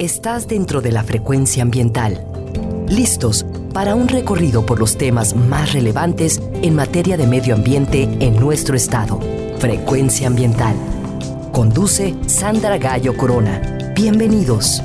Estás dentro de la frecuencia ambiental. Listos para un recorrido por los temas más relevantes en materia de medio ambiente en nuestro estado. Frecuencia Ambiental. Conduce Sandra Gallo Corona. Bienvenidos.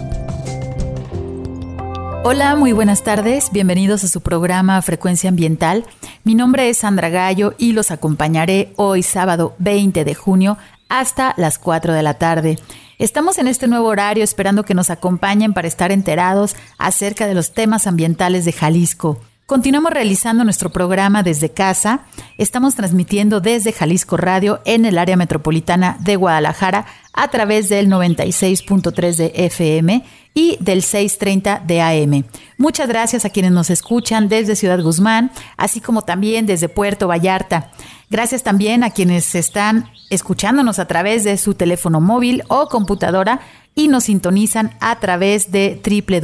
Hola, muy buenas tardes. Bienvenidos a su programa Frecuencia Ambiental. Mi nombre es Sandra Gallo y los acompañaré hoy sábado 20 de junio hasta las 4 de la tarde. Estamos en este nuevo horario esperando que nos acompañen para estar enterados acerca de los temas ambientales de Jalisco. Continuamos realizando nuestro programa desde casa. Estamos transmitiendo desde Jalisco Radio en el área metropolitana de Guadalajara a través del 96.3 de FM y del 630 de AM. Muchas gracias a quienes nos escuchan desde Ciudad Guzmán, así como también desde Puerto Vallarta. Gracias también a quienes están escuchándonos a través de su teléfono móvil o computadora y nos sintonizan a través de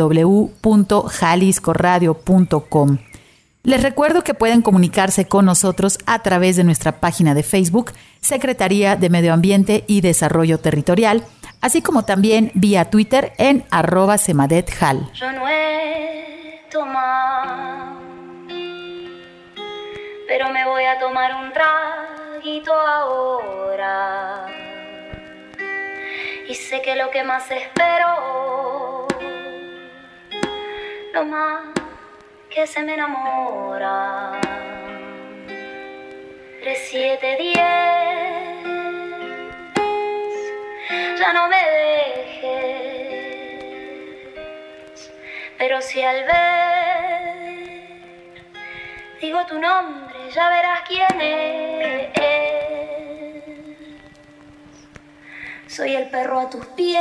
www.jaliscoradio.com. Les recuerdo que pueden comunicarse con nosotros a través de nuestra página de Facebook, Secretaría de Medio Ambiente y Desarrollo Territorial, así como también vía Twitter en @semadethal. Yo no he tomado, pero me voy a tomar un traguito ahora. Y sé que lo que más espero, lo más que se me enamora. 3, 7, 10, ya no me dejes, pero si al ver digo tu nombre, ya verás quién es. Soy el perro a tus pies,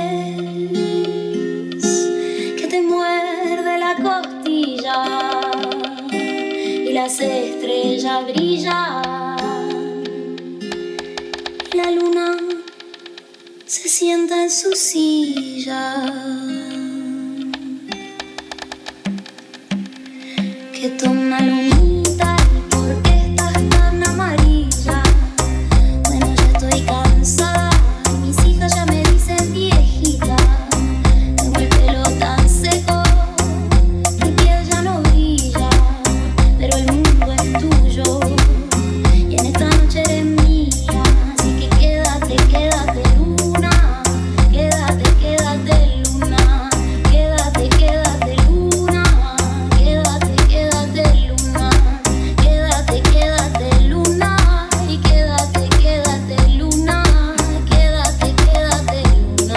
que te muerde la costilla y las estrellas brillan y la luna se sienta en su silla. Que toma lunita, ¿por qué estás tan amarilla? Bueno, ya estoy cansada, mis hijas ya me dicen viejita. Tengo el pelo tan seco, mi piel ya no brilla, pero el mundo es tuyo y en esta noche eres mía. Así que quédate, quédate luna, quédate, quédate luna, quédate, quédate luna, quédate, quédate luna, quédate, quédate luna, y quédate, quédate luna, quédate, quédate luna.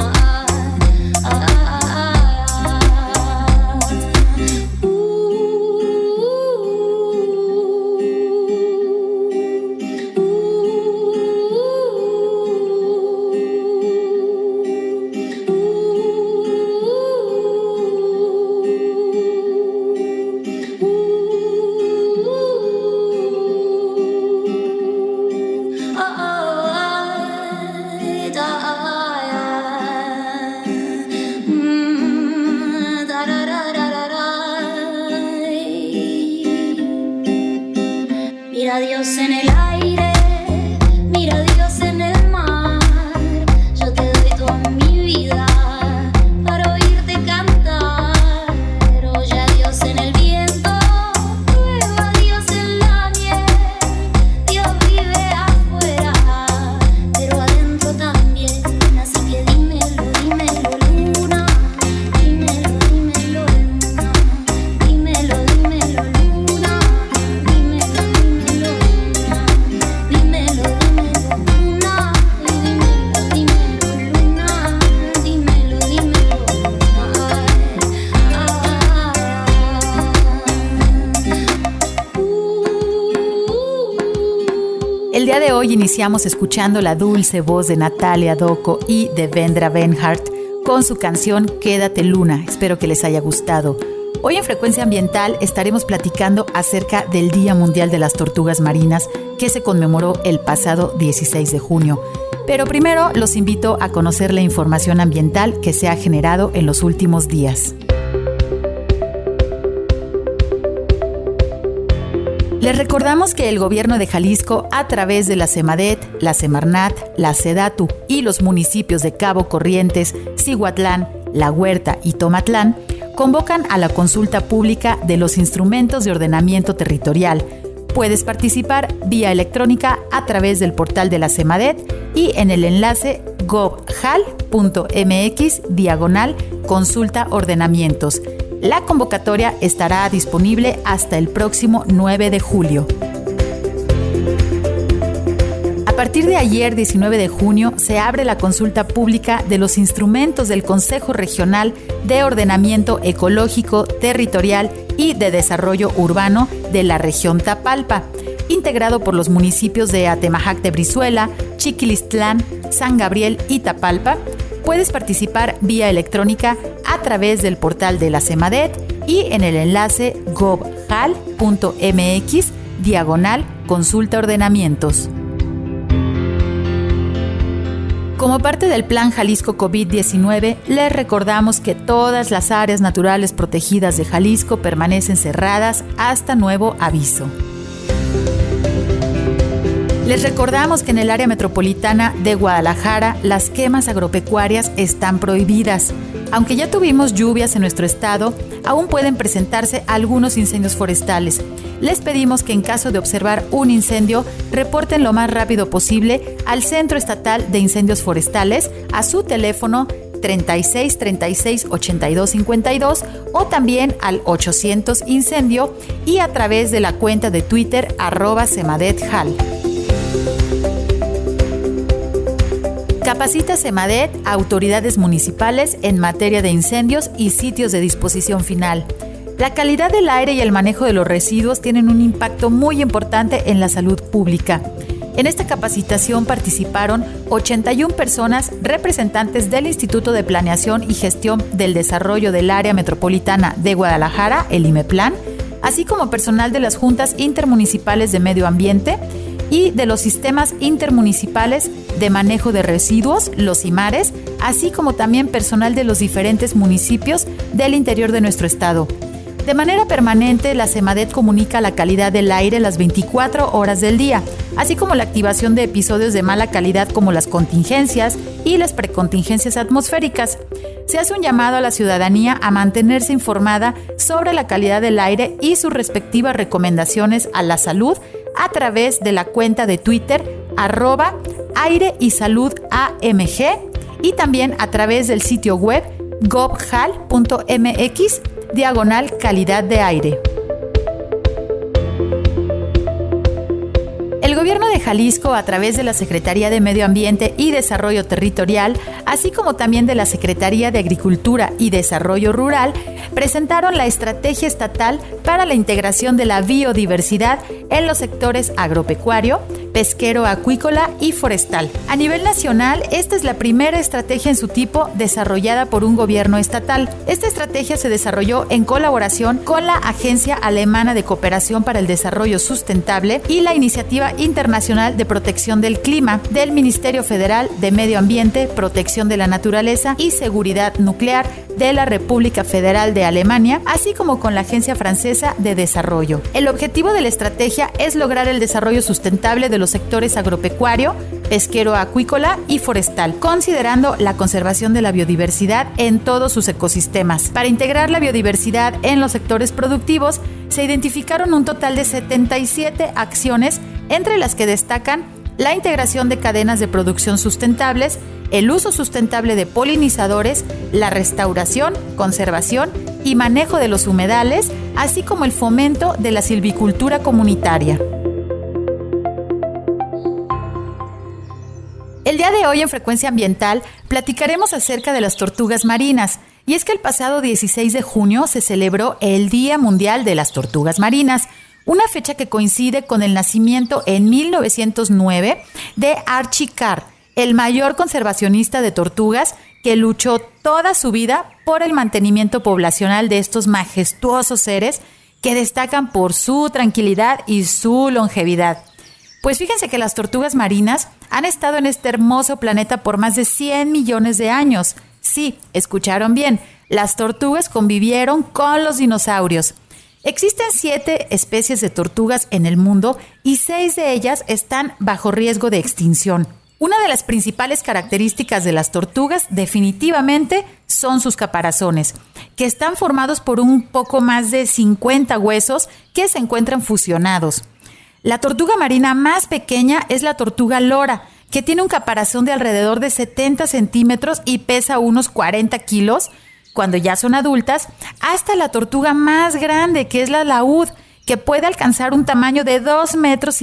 Mira a Dios en el aire, mira a Dios en el mar. Yo te doy toda mi vida para oírte cantar. Oye a Dios en el viento, prueba a Dios en la miel. Dios vive afuera, pero adentro también. Así que dímelo, dímelo luna, dímelo, dímelo luna, dímelo, dímelo luna, dímelo, dímelo luna, dímelo, dímelo luna, y dímelo, dímelo luna, dímelo, dímelo El día de hoy iniciamos escuchando la dulce voz de Natalia Doko y de Vendra Benhart con su canción Quédate Luna. Espero que les haya gustado. Hoy en Frecuencia Ambiental estaremos platicando acerca del Día Mundial de las Tortugas Marinas que se conmemoró el pasado 16 de junio. Pero primero los invito a conocer la información ambiental que se ha generado en los últimos días. Les recordamos que el gobierno de Jalisco, a través de la Semadet, la Semarnat, la Sedatu y los municipios de Cabo Corrientes, Cihuatlán, La Huerta y Tomatlán, convocan a la consulta pública de los instrumentos de ordenamiento territorial. Puedes participar vía electrónica a través del portal de la CEMADET y en el enlace gobjal.mx/consulta ordenamientos. La convocatoria estará disponible hasta el próximo 9 de julio. A partir de ayer, 19 de junio, se abre la consulta pública de los instrumentos del Consejo Regional de Ordenamiento Ecológico, Territorial y de Desarrollo Urbano de la región Tapalpa, integrado por los municipios de Atemajac de Brizuela, Chiquilistlán, San Gabriel y Tapalpa. Puedes participar vía electrónica a través del portal de la CEMADET y en el enlace gobjal.mx/consulta ordenamientos. Como parte del Plan Jalisco COVID-19, les recordamos que todas las áreas naturales protegidas de Jalisco permanecen cerradas hasta nuevo aviso. Les recordamos que en el área metropolitana de Guadalajara las quemas agropecuarias están prohibidas. Aunque ya tuvimos lluvias en nuestro estado, aún pueden presentarse algunos incendios forestales. Les pedimos que en caso de observar un incendio, reporten lo más rápido posible al Centro Estatal de Incendios Forestales, a su teléfono 36 36 82 52 o también al 800 incendio y a través de la cuenta de Twitter @CEMADETJAL. Capacita CEMADET a autoridades municipales en materia de incendios y sitios de disposición final. La calidad del aire y el manejo de los residuos tienen un impacto muy importante en la salud pública. En esta capacitación participaron 81 personas representantes del Instituto de Planeación y Gestión del Desarrollo del Área Metropolitana de Guadalajara, el IMEPLAN, así como personal de las Juntas Intermunicipales de Medio Ambiente y de los Sistemas Intermunicipales de Manejo de Residuos, los IMARES, así como también personal de los diferentes municipios del interior de nuestro estado. De manera permanente, la CEMADET comunica la calidad del aire las 24 horas del día, así como la activación de episodios de mala calidad como las contingencias y las precontingencias atmosféricas. Se hace un llamado a la ciudadanía a mantenerse informada sobre la calidad del aire y sus respectivas recomendaciones a la salud a través de la cuenta de Twitter @aire-y-salud-AMG y también a través del sitio web gobjal.mx/calidad de aire. El gobierno de Jalisco, a través de la Secretaría de Medio Ambiente y Desarrollo Territorial, así como también de la Secretaría de Agricultura y Desarrollo Rural, presentaron la Estrategia Estatal para la Integración de la Biodiversidad en los sectores agropecuario, pesquero, acuícola y forestal. A nivel nacional, esta es la primera estrategia en su tipo desarrollada por un gobierno estatal. Esta estrategia se desarrolló en colaboración con la Agencia Alemana de Cooperación para el Desarrollo Sustentable y la Iniciativa Internacional de Protección del Clima del Ministerio Federal de Medio Ambiente, Protección de la Naturaleza y Seguridad Nuclear de la República Federal de Alemania, así como con la Agencia Francesa de Desarrollo. El objetivo de la estrategia es lograr el desarrollo sustentable de los sectores agropecuario, pesquero, acuícola y forestal, considerando la conservación de la biodiversidad en todos sus ecosistemas. Para integrar la biodiversidad en los sectores productivos, se identificaron un total de 77 acciones, entre las que destacan la integración de cadenas de producción sustentables, el uso sustentable de polinizadores, la restauración, conservación y manejo de los humedales, así como el fomento de la silvicultura comunitaria. El día de hoy en Frecuencia Ambiental platicaremos acerca de las tortugas marinas. Y es que el pasado 16 de junio se celebró el Día Mundial de las Tortugas Marinas, una fecha que coincide con el nacimiento en 1909 de Archie Carr, el mayor conservacionista de tortugas que luchó toda su vida por el mantenimiento poblacional de estos majestuosos seres que destacan por su tranquilidad y su longevidad. Pues fíjense que las tortugas marinas han estado en este hermoso planeta por más de 100 millones de años. Sí, escucharon bien, las tortugas convivieron con los dinosaurios. Existen 7 especies de tortugas en el mundo y 6 de ellas están bajo riesgo de extinción. Una de las principales características de las tortugas definitivamente son sus caparazones, que están formados por un poco más de 50 huesos que se encuentran fusionados. La tortuga marina más pequeña es la tortuga lora, que tiene un caparazón de alrededor de 70 centímetros y pesa unos 40 kilos cuando ya son adultas, hasta la tortuga más grande, que es la laúd, que puede alcanzar un tamaño de 2,5 metros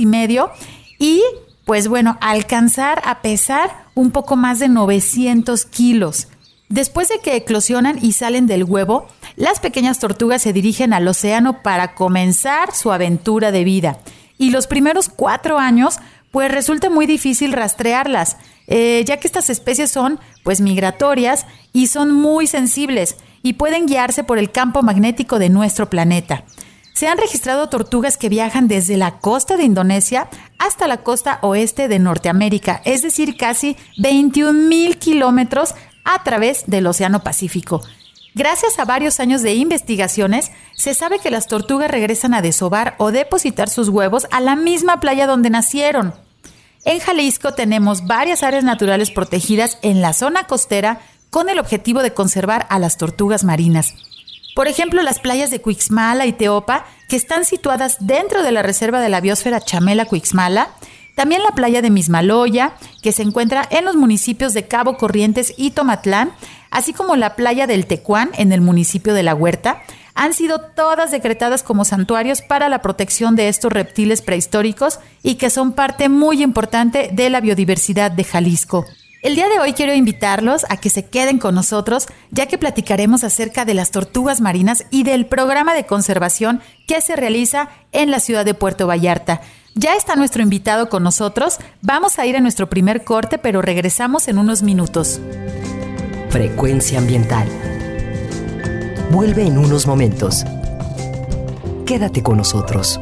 y, pues bueno, alcanzar a pesar un poco más de 900 kilos. Después de que eclosionan y salen del huevo, las pequeñas tortugas se dirigen al océano para comenzar su aventura de vida. Y los primeros 4 años, pues resulta muy difícil rastrearlas, ya que estas especies son pues migratorias y son muy sensibles y pueden guiarse por el campo magnético de nuestro planeta. Se han registrado tortugas que viajan desde la costa de Indonesia hasta la costa oeste de Norteamérica, es decir, casi 21,000 kilómetros a través del Océano Pacífico. Gracias a varios años de investigaciones, se sabe que las tortugas regresan a desovar o depositar sus huevos a la misma playa donde nacieron. En Jalisco tenemos varias áreas naturales protegidas en la zona costera con el objetivo de conservar a las tortugas marinas. Por ejemplo, las playas de Cuixmala y Teopa, que están situadas dentro de la Reserva de la Biosfera Chamela-Cuixmala. También la playa de Mismaloya, que se encuentra en los municipios de Cabo Corrientes y Tomatlán, así como la playa del Tecuán en el municipio de La Huerta, han sido todas decretadas como santuarios para la protección de estos reptiles prehistóricos y que son parte muy importante de la biodiversidad de Jalisco. El día de hoy quiero invitarlos a que se queden con nosotros, ya que platicaremos acerca de las tortugas marinas y del programa de conservación que se realiza en la ciudad de Puerto Vallarta. Ya está nuestro invitado con nosotros. Vamos a ir a nuestro primer corte, pero regresamos en unos minutos. Frecuencia ambiental. Vuelve en unos momentos. Quédate con nosotros.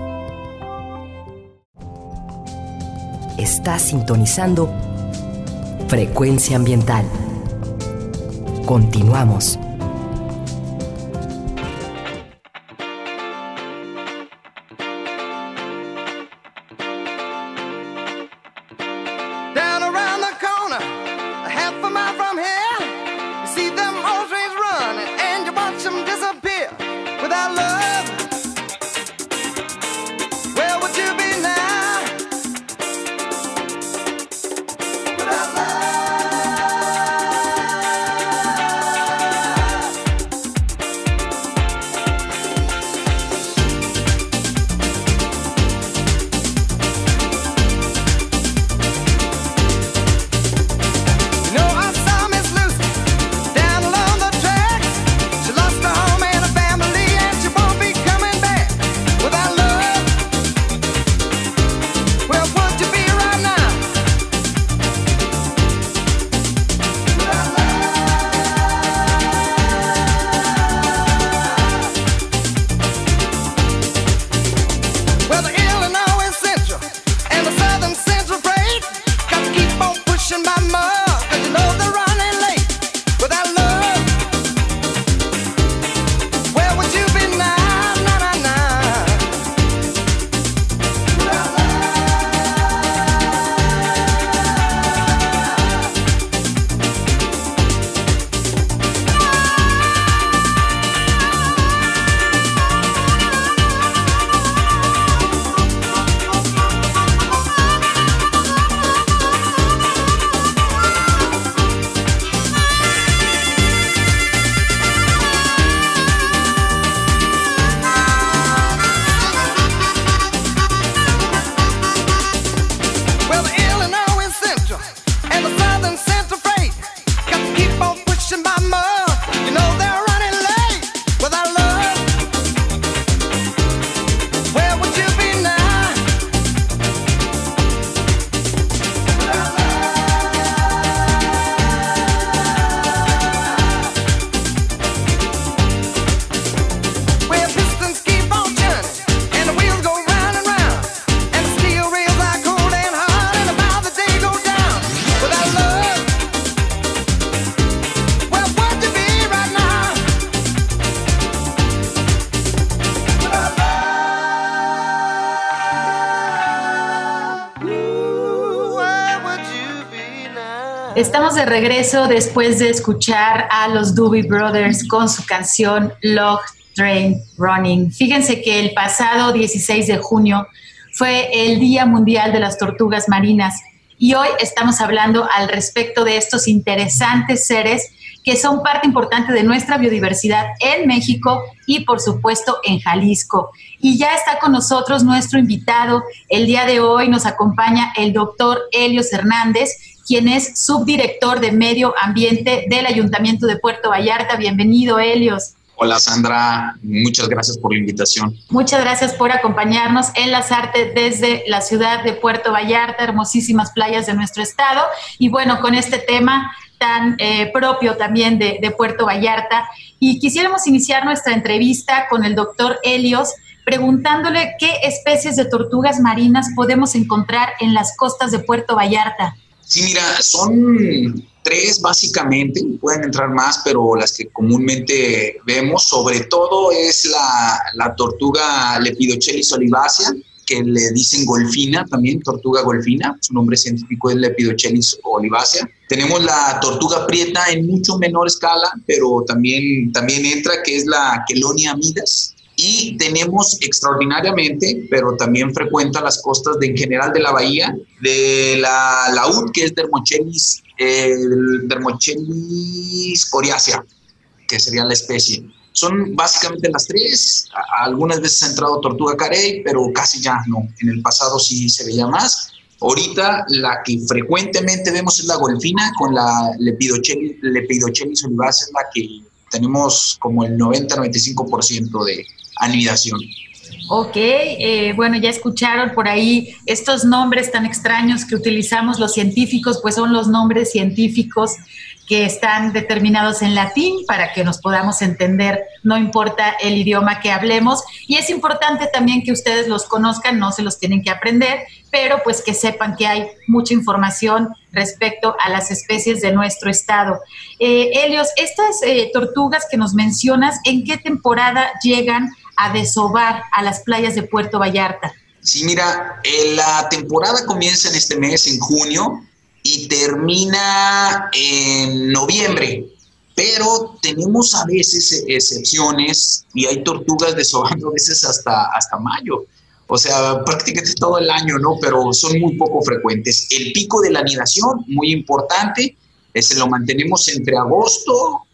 Estás sintonizando Frecuencia ambiental. Continuamos. Along the Estamos de regreso después de escuchar a los Doobie Brothers con su canción Log Train Running. Fíjense que el pasado 16 de junio fue el Día Mundial de las Tortugas Marinas y hoy estamos hablando al respecto de estos interesantes seres que son parte importante de nuestra biodiversidad en México y, por supuesto, en Jalisco. Y ya está con nosotros nuestro invitado. El día de hoy nos acompaña el doctor Helios Hernández, quien es subdirector de Medio Ambiente del Ayuntamiento de Puerto Vallarta. Bienvenido, Helios. Hola, Sandra. Muchas gracias por la invitación. Muchas gracias por acompañarnos, enlazarte desde la ciudad de Puerto Vallarta, hermosísimas playas de nuestro estado. Y bueno, con este tema tan propio también de Puerto Vallarta. Y quisiéramos iniciar nuestra entrevista con el doctor Helios preguntándole qué especies de tortugas marinas podemos encontrar en las costas de Puerto Vallarta. Sí, mira, son 3 básicamente, pueden entrar más, pero las que comúnmente vemos, sobre todo es la tortuga Lepidochelys olivácea, que le dicen golfina también, tortuga golfina, su nombre científico es Lepidochelys olivácea. Tenemos la tortuga prieta en mucho menor escala, pero también entra, que es la Chelonia midas. Y tenemos extraordinariamente, pero también frecuenta las costas en general de la bahía, de la laúd, que es Dermochelys coriacea, que sería la especie. Son básicamente las 3. Algunas veces ha entrado tortuga carey, pero casi ya no. En el pasado sí se veía más. Ahorita la que frecuentemente vemos es la golfina, con la Lepidochelys olivácea, es la que tenemos como el 90-95% de anidación. Ok, bueno, ya escucharon por ahí estos nombres tan extraños que utilizamos los científicos, pues son los nombres científicos que están determinados en latín para que nos podamos entender, no importa el idioma que hablemos. Y es importante también que ustedes los conozcan, no se los tienen que aprender, pero pues que sepan que hay mucha información respecto a las especies de nuestro estado. Helios, estas tortugas que nos mencionas, ¿en qué temporada llegan a desovar a las playas de Puerto Vallarta? Sí, mira, la temporada comienza en este mes, en junio, y termina en noviembre, pero tenemos a veces excepciones y hay tortugas desovando a veces hasta mayo, o sea, prácticamente todo el año, ¿no? Pero son muy poco frecuentes. El pico de la anidación, muy importante, ese lo mantenemos entre agosto,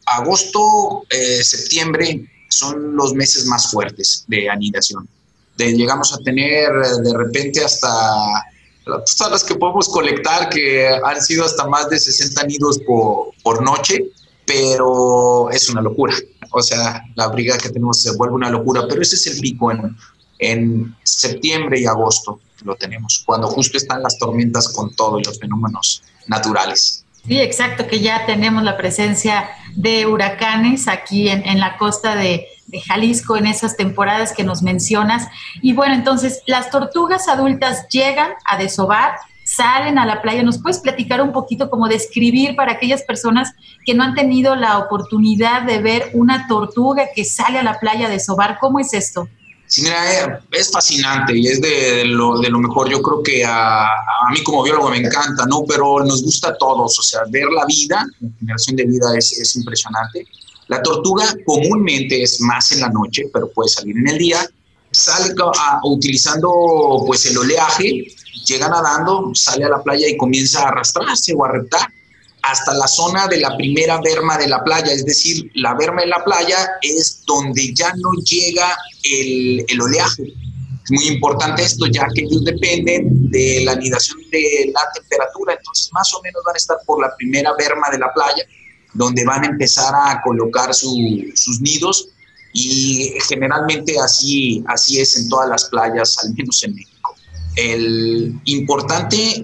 septiembre, son los meses más fuertes de anidación. Llegamos a tener de repente hasta las que podemos colectar, que han sido hasta más de 60 nidos por noche, pero es una locura. O sea, la brigada que tenemos se vuelve una locura, pero ese es el pico en septiembre y agosto lo tenemos, cuando justo están las tormentas con todo y los fenómenos naturales. Sí, exacto, que ya tenemos la presencia de huracanes aquí en la costa de Jalisco en esas temporadas que nos mencionas. Y bueno, entonces, las tortugas adultas llegan a desovar, salen a la playa. ¿Nos puedes platicar un poquito, como describir para aquellas personas que no han tenido la oportunidad de ver una tortuga que sale a la playa a desovar? ¿Cómo es esto? Sí, mira, es fascinante y es de lo mejor. Yo creo que a mí como biólogo me encanta, ¿no? Pero nos gusta a todos, o sea, ver la vida, la generación de vida es impresionante. La tortuga comúnmente es más en la noche, pero puede salir en el día. Sale utilizando pues el oleaje, llega nadando, sale a la playa y comienza a arrastrarse o a reptar hasta la zona de la primera berma de la playa, es decir, la berma de la playa es donde ya no llega el oleaje. Es muy importante esto, ya que ellos dependen de la anidación de la temperatura, entonces más o menos van a estar por la primera berma de la playa, donde van a empezar a colocar sus nidos, y generalmente así es en todas las playas, al menos en México. El importante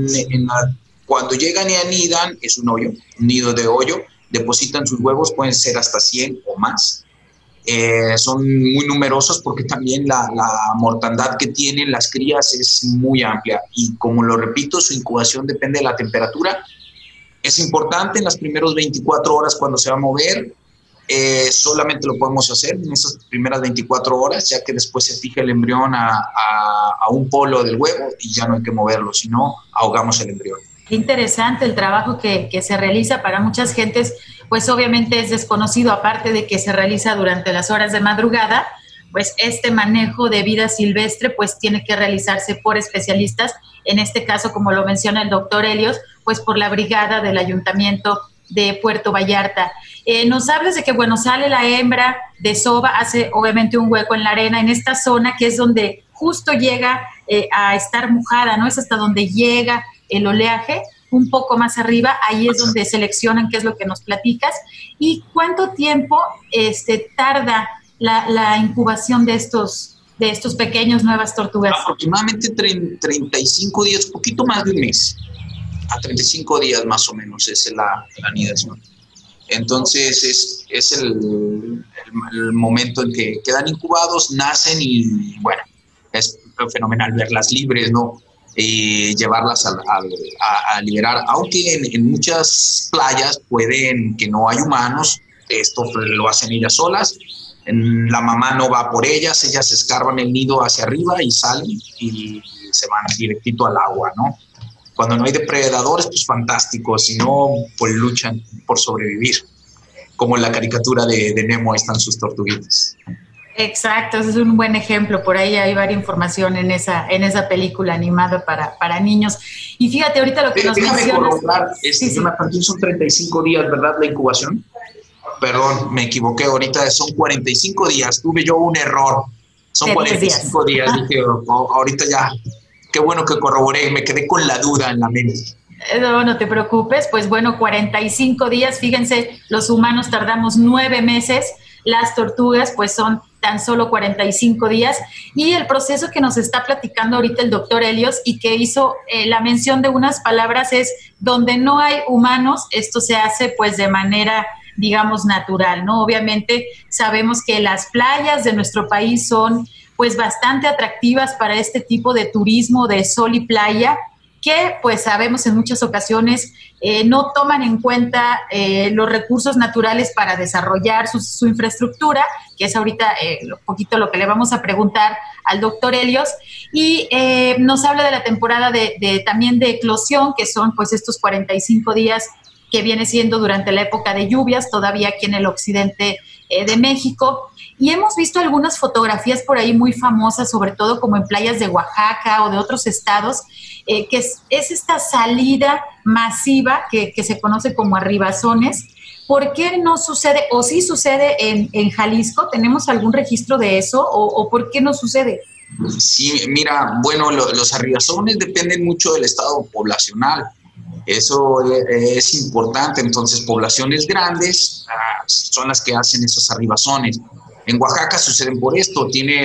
cuando llegan y anidan es un hoyo, un nido de hoyo, depositan sus huevos, pueden ser hasta 100 o más. Son muy numerosos porque también la mortandad que tienen las crías es muy amplia, y como lo repito, su incubación depende de la temperatura. Es importante en las primeras 24 horas cuando se va a mover, solamente lo podemos hacer en esas primeras 24 horas, ya que después se fija el embrión a un polo del huevo y ya no hay que moverlo, si no ahogamos el embrión. Qué interesante el trabajo que se realiza para muchas gentes, pues obviamente es desconocido, aparte de que se realiza durante las horas de madrugada, pues este manejo de vida silvestre pues tiene que realizarse por especialistas, en este caso, como lo menciona el doctor Helios, pues por la brigada del Ayuntamiento de Puerto Vallarta. Nos hablas de que, bueno, sale la hembra, desova, hace obviamente un hueco en la arena, en esta zona que es donde justo llega a estar mojada, ¿no? Es hasta donde llega el oleaje, un poco más arriba, ahí es donde seleccionan qué es lo que nos platicas. ¿Y cuánto tiempo tarda la incubación de estos pequeños nuevas tortugas? Aproximadamente 35 días, poquito más de un mes. A 35 días más o menos es la anidación. Entonces es el momento en que quedan incubados, nacen y bueno, es fenomenal verlas libres, ¿no? Llevarlas a liberar, aunque en muchas playas pueden que no hay humanos, esto lo hacen ellas solas, la mamá no va por ellas escarban el nido hacia arriba y salen y se van directito al agua, ¿no? Cuando no hay depredadores, pues fantástico, si no, pues luchan por sobrevivir, como en la caricatura de Nemo, ahí están sus tortuguitas. Exacto, ese es un buen ejemplo. Por ahí hay varias información en esa película animada para niños. Y fíjate, ahorita lo que nos mencionas... Déjame corroborar, Jonathan, son 35 días, ¿verdad, la incubación? Perdón, me equivoqué, ahorita son 45 días, tuve yo un error. Son 45 días, dije, ahorita ya, qué bueno que corroboré, me quedé con la duda en la mente. No te preocupes, pues bueno, 45 días, fíjense, los humanos tardamos 9 meses, las tortugas pues son tan solo 45 días, y el proceso que nos está platicando ahorita el doctor Helios y que hizo la mención de unas palabras es, donde no hay humanos, esto se hace pues de manera, digamos, natural, ¿no? Obviamente sabemos que las playas de nuestro país son pues bastante atractivas para este tipo de turismo de sol y playa, que pues sabemos en muchas ocasiones no toman en cuenta los recursos naturales para desarrollar su infraestructura, que es ahorita un poquito lo que le vamos a preguntar al doctor Helios, y nos habla de la temporada también de eclosión, que son pues estos 45 días que viene siendo durante la época de lluvias, todavía aquí en el occidente de México. Y hemos visto algunas fotografías por ahí muy famosas, sobre todo como en playas de Oaxaca o de otros estados, que es esta salida masiva que se conoce como arribazones. ¿Por qué no sucede, o sí sucede en Jalisco? ¿Tenemos algún registro de eso o por qué no sucede? Sí, mira, bueno, los arribazones dependen mucho del estado poblacional. Eso es importante. Entonces, poblaciones grandes son las que hacen esos arribazones. En Oaxaca suceden por esto,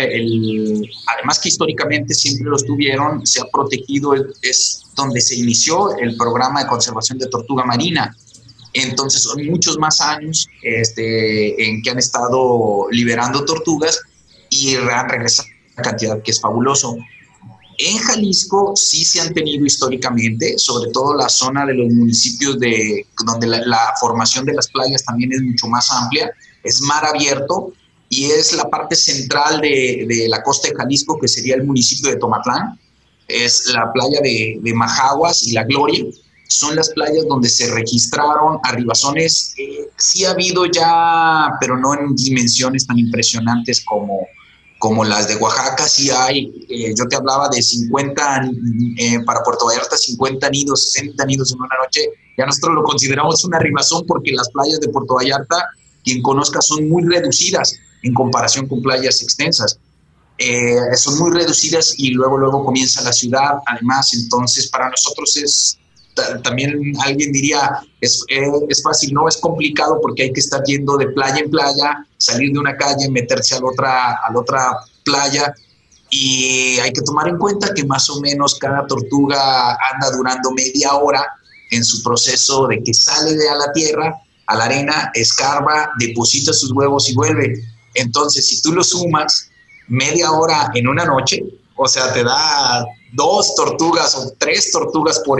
además que históricamente siempre los tuvieron, se ha protegido, es donde se inició el programa de conservación de tortuga marina. Entonces son muchos más años en que han estado liberando tortugas y han regresado una cantidad que es fabuloso. En Jalisco sí se han tenido históricamente, sobre todo la zona de los municipios donde la formación de las playas también es mucho más amplia, es mar abierto, y es la parte central de la costa de Jalisco, que sería el municipio de Tomatlán, es la playa de Majaguas y La Gloria, son las playas donde se registraron arribazones. Sí ha habido ya, pero no en dimensiones tan impresionantes como las de Oaxaca, sí hay. Yo te hablaba de 50, para Puerto Vallarta, 50 nidos, 60 nidos en una noche. Ya nosotros lo consideramos un arribazón porque las playas de Puerto Vallarta, quien conozca, son muy reducidas en comparación con playas extensas. Son muy reducidas y luego comienza la ciudad, además. Entonces, para nosotros también alguien diría, es fácil, no, es complicado porque hay que estar yendo de playa en playa, salir de una calle, meterse a la otra playa, y hay que tomar en cuenta que más o menos cada tortuga anda durando media hora en su proceso de que sale de a la tierra, a la arena, escarba, deposita sus huevos y vuelve. Entonces, si tú lo sumas media hora en una noche, o sea, te da 2 tortugas o 3 tortugas por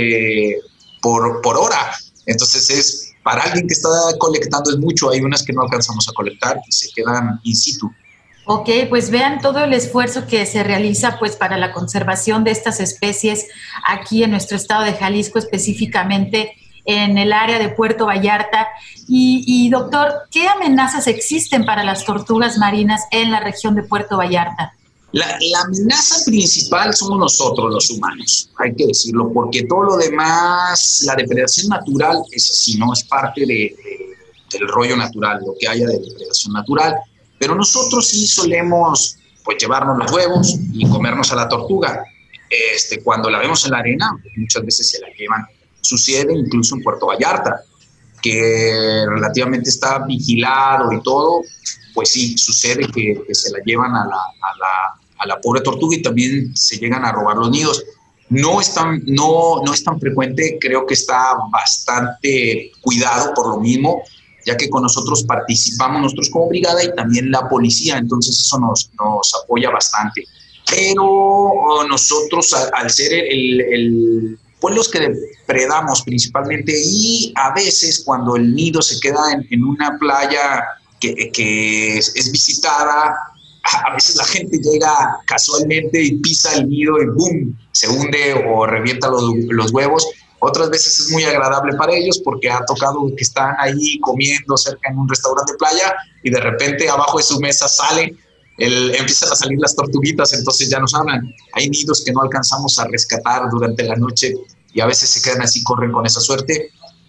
hora. Entonces, para alguien que está colectando es mucho. Hay unas que no alcanzamos a colectar y se quedan in situ. Ok, pues vean todo el esfuerzo que se realiza pues para la conservación de estas especies aquí en nuestro estado de Jalisco, específicamente en el área de Puerto Vallarta. Y doctor, ¿qué amenazas existen para las tortugas marinas en la región de Puerto Vallarta? La amenaza principal somos nosotros, los humanos, hay que decirlo, porque todo lo demás, la depredación natural es así, ¿no? Es parte del rollo natural, lo que haya de depredación natural. Pero nosotros sí solemos pues llevarnos los huevos y comernos a la tortuga. Cuando la vemos en la arena, muchas veces se la llevan. Sucede incluso en Puerto Vallarta, que relativamente está vigilado y todo, pues sí, sucede que se la llevan a la pobre tortuga y también se llegan a robar los nidos. No es tan frecuente, creo que está bastante cuidado por lo mismo, ya que con nosotros participamos nosotros como brigada y también la policía, entonces eso nos apoya bastante. Pero nosotros, al ser pues los que depredamos principalmente, y a veces cuando el nido se queda en una playa que es visitada, a veces la gente llega casualmente y pisa el nido y ¡boom!, se hunde o revienta los huevos. Otras veces es muy agradable para ellos porque ha tocado que están ahí comiendo cerca en un restaurante de playa y de repente abajo de su mesa empiezan a salir las tortuguitas, entonces ya nos hablan. Hay nidos que no alcanzamos a rescatar durante la noche y a veces se quedan así, corren con esa suerte.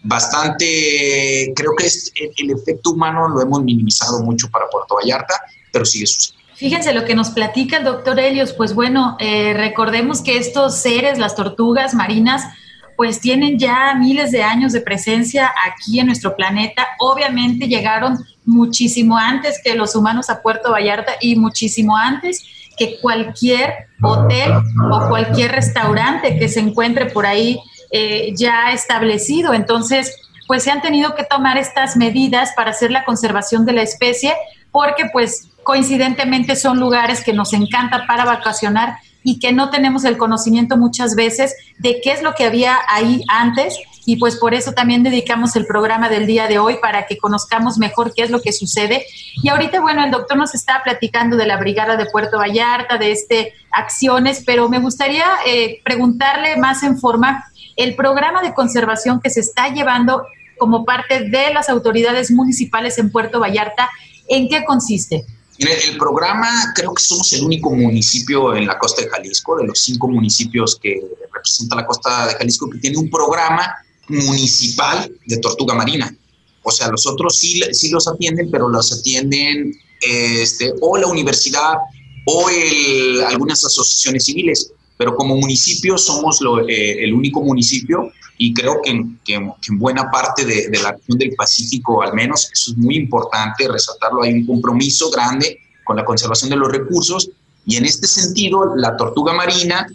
Bastante, creo que el efecto humano lo hemos minimizado mucho para Puerto Vallarta, pero sigue sucediendo. Fíjense lo que nos platica el doctor Helios, pues bueno, recordemos que estos seres, las tortugas marinas, pues tienen ya miles de años de presencia aquí en nuestro planeta. Obviamente llegaron muchísimo antes que los humanos a Puerto Vallarta y muchísimo antes que cualquier hotel o cualquier restaurante que se encuentre por ahí ya establecido. Entonces, pues se han tenido que tomar estas medidas para hacer la conservación de la especie, porque pues coincidentemente son lugares que nos encanta para vacacionar y que no tenemos el conocimiento muchas veces de qué es lo que había ahí antes, y pues por eso también dedicamos el programa del día de hoy para que conozcamos mejor qué es lo que sucede. Y ahorita, bueno, el doctor nos está platicando de la Brigada de Puerto Vallarta, de acciones, pero me gustaría preguntarle más en forma el programa de conservación que se está llevando como parte de las autoridades municipales en Puerto Vallarta, ¿en qué consiste? El programa, creo que somos el único municipio en la costa de Jalisco, de los 5 municipios que representa la costa de Jalisco, que tiene un programa municipal de tortuga marina. O sea, los otros sí los atienden, pero los atienden o la universidad o algunas asociaciones civiles. Pero como municipio somos el único municipio, y creo que en buena parte de la región del Pacífico, al menos, eso es muy importante resaltarlo. Hay un compromiso grande con la conservación de los recursos, y en este sentido la tortuga marina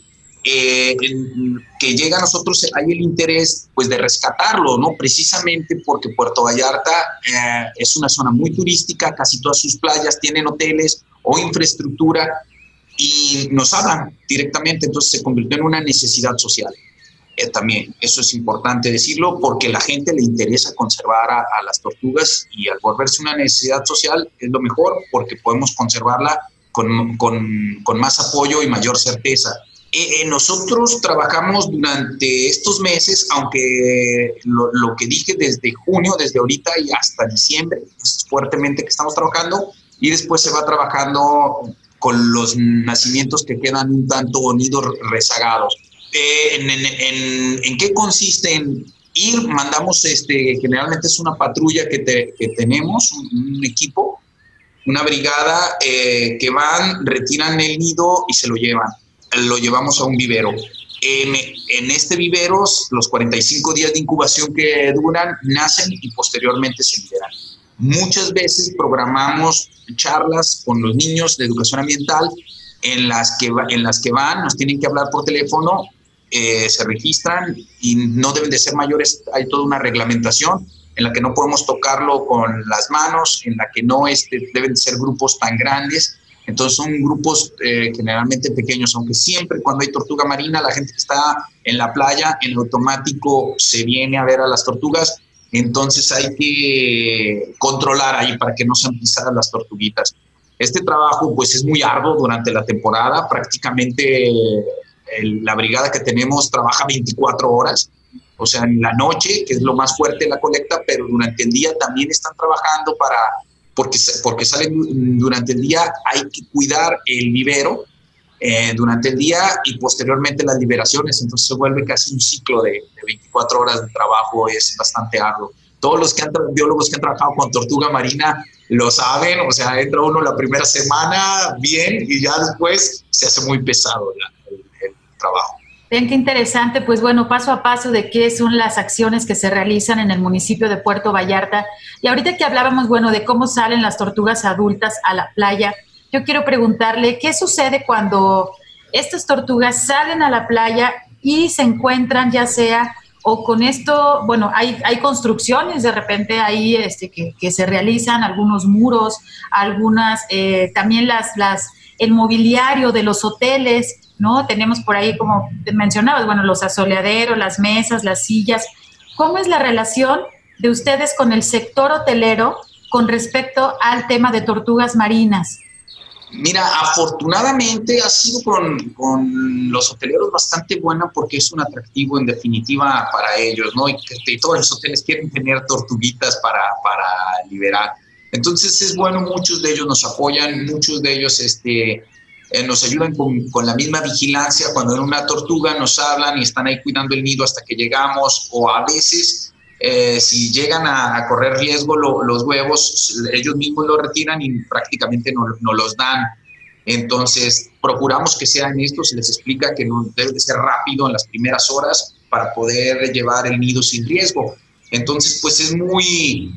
que llega a nosotros, hay el interés pues de rescatarlo, ¿no? Precisamente porque Puerto Vallarta es una zona muy turística, casi todas sus playas tienen hoteles o infraestructura, y nos hablan directamente, entonces se convirtió en una necesidad social. También, eso es importante decirlo, porque la gente le interesa conservar a las tortugas, y al volverse una necesidad social es lo mejor, porque podemos conservarla con más apoyo y mayor certeza. Nosotros trabajamos durante estos meses, aunque lo que dije desde junio, desde ahorita y hasta diciembre, pues fuertemente que estamos trabajando, y después se va trabajando con los nacimientos que quedan un tanto nidos rezagados. ¿En qué consiste? Mandamos, generalmente es una patrulla que tenemos, un equipo, una brigada que van, retiran el nido y se lo llevamos a un vivero. En este vivero, los 45 días de incubación que duran, nacen y posteriormente se liberan. Muchas veces programamos charlas con los niños de educación ambiental en las que van, nos tienen que hablar por teléfono, se registran y no deben de ser mayores. Hay toda una reglamentación en la que no podemos tocarlo con las manos, en la que no deben de ser grupos tan grandes. Entonces son grupos generalmente pequeños, aunque siempre cuando hay tortuga marina, la gente que está en la playa en automático se viene a ver a las tortugas. Entonces hay que controlar ahí para que no sean pisadas las tortuguitas. Este trabajo pues es muy arduo durante la temporada, prácticamente la brigada que tenemos trabaja 24 horas, o sea, en la noche, que es lo más fuerte de la colecta, pero durante el día también están trabajando porque salen durante el día, hay que cuidar el vivero durante el día y posteriormente las liberaciones, entonces se vuelve casi un ciclo de 24 horas de trabajo, es bastante arduo. Todos los biólogos que han trabajado con tortuga marina lo saben, o sea, entra uno la primera semana bien y ya después se hace muy pesado el trabajo. Bien, qué interesante, pues bueno, paso a paso de qué son las acciones que se realizan en el municipio de Puerto Vallarta. Y ahorita que hablábamos, bueno, de cómo salen las tortugas adultas a la playa, yo quiero preguntarle, ¿qué sucede cuando estas tortugas salen a la playa y se encuentran ya sea o con esto, bueno, hay construcciones de repente ahí que se realizan, algunos muros, algunas, también el mobiliario de los hoteles, ¿no? Tenemos por ahí, como mencionabas, bueno, los asoleaderos, las mesas, las sillas. ¿Cómo es la relación de ustedes con el sector hotelero con respecto al tema de tortugas marinas? Mira, afortunadamente ha sido con los hoteleros bastante buena porque es un atractivo en definitiva para ellos, ¿no? Y todos los hoteles quieren tener tortuguitas para liberar. Entonces es bueno, muchos de ellos nos apoyan, muchos de ellos nos ayudan con la misma vigilancia. Cuando en una tortuga nos hablan y están ahí cuidando el nido hasta que llegamos, o a veces si llegan a correr riesgo los huevos, ellos mismos los retiran y prácticamente no los dan. Entonces procuramos que sean estos, se les explica que no debe de ser rápido en las primeras horas para poder llevar el nido sin riesgo. Entonces pues es muy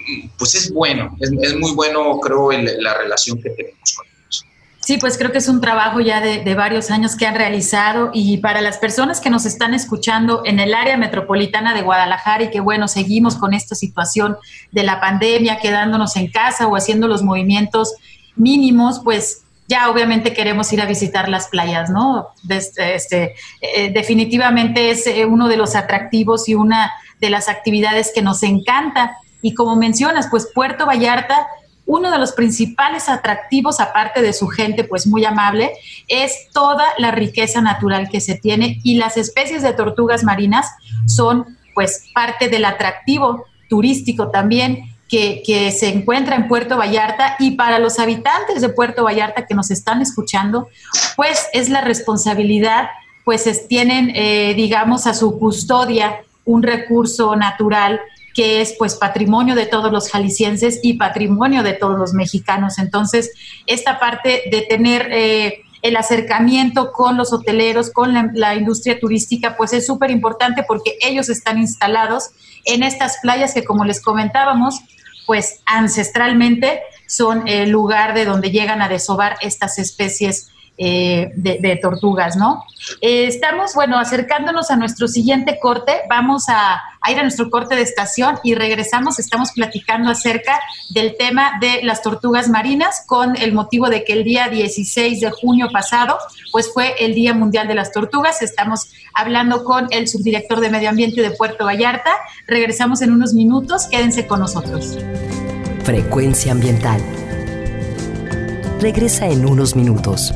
bueno, creo, la relación que tenemos con ellos. Sí, pues creo que es un trabajo ya de varios años que han realizado, y para las personas que nos están escuchando en el área metropolitana de Guadalajara y que, bueno, seguimos con esta situación de la pandemia, quedándonos en casa o haciendo los movimientos mínimos, pues ya obviamente queremos ir a visitar las playas, ¿no? Definitivamente es uno de los atractivos y una de las actividades que nos encanta. Y como mencionas, pues Puerto Vallarta, uno de los principales atractivos, aparte de su gente pues muy amable, es toda la riqueza natural que se tiene, y las especies de tortugas marinas son pues parte del atractivo turístico también que se encuentra en Puerto Vallarta. Y para los habitantes de Puerto Vallarta que nos están escuchando, pues es la responsabilidad, pues tienen digamos a su custodia un recurso natural que es pues patrimonio de todos los jaliscienses y patrimonio de todos los mexicanos. Entonces, esta parte de tener el acercamiento con los hoteleros, con la industria turística, pues es súper importante porque ellos están instalados en estas playas que, como les comentábamos, pues ancestralmente son el lugar de donde llegan a desovar estas especies de tortugas, ¿no? Estamos, bueno, acercándonos a nuestro siguiente corte. Vamos a ir a nuestro corte de estación y regresamos. Estamos platicando acerca del tema de las tortugas marinas, con el motivo de que el día 16 de junio pasado pues fue el Día Mundial de las Tortugas. Estamos hablando con el subdirector de Medio Ambiente de Puerto Vallarta. Regresamos en unos minutos, quédense con nosotros. Frecuencia Ambiental. Regresa en unos minutos.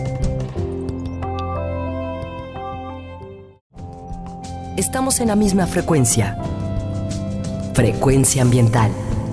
Estamos en la misma frecuencia. Frecuencia Ambiental.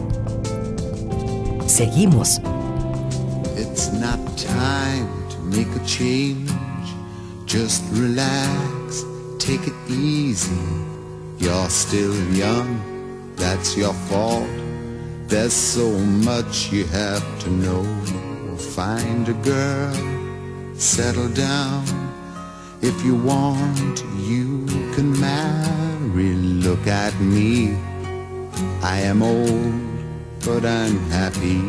Seguimos. It's not time to make a change. Just relax, take it easy. You're still young, that's your fault. There's so much you have to know. Find a girl, settle down. If you want, you can marry. Look at me, I am old, but I'm happy.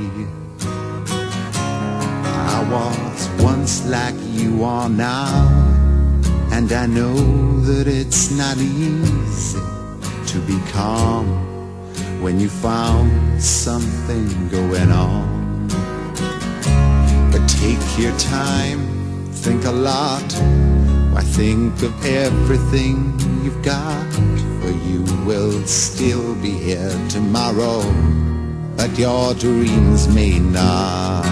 I was once like you are now, and I know that it's not easy to be calm when you found something going on. But take your time, think a lot. Why, think of everything you've got, for you will still be here tomorrow but your dreams may not.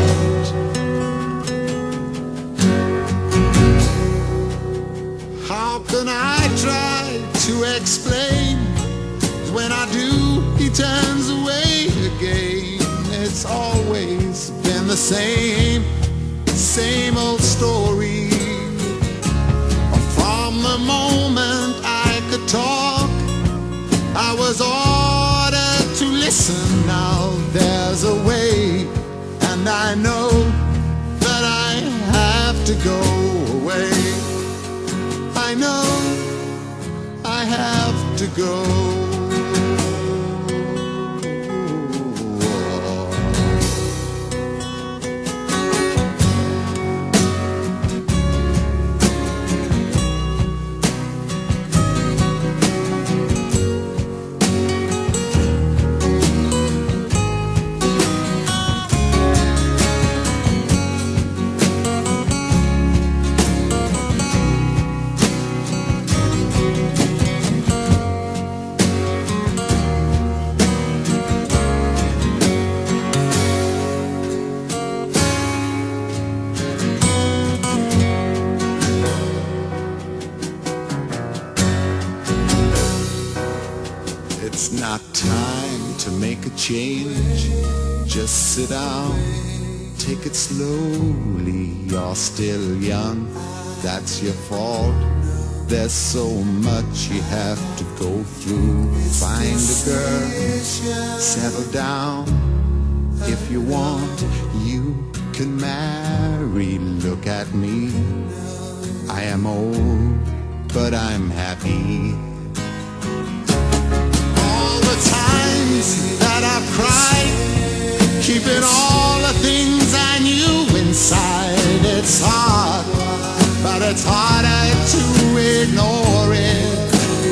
How can I try to explain? When I do, he turns away again. It's always been the same old story. From the moment I could talk, I was ordered to listen. Now there's a way, and I know that I have to go away. I know I have to go. It's not time to make a change. Just sit down, take it slowly. You're still young, that's your fault. There's so much you have to go through. Find a girl, settle down. If you want, you can marry. Look at me, I am old, but I'm happy. Times that I've cried, keeping all the things I knew inside. It's hard, but it's harder to ignore it.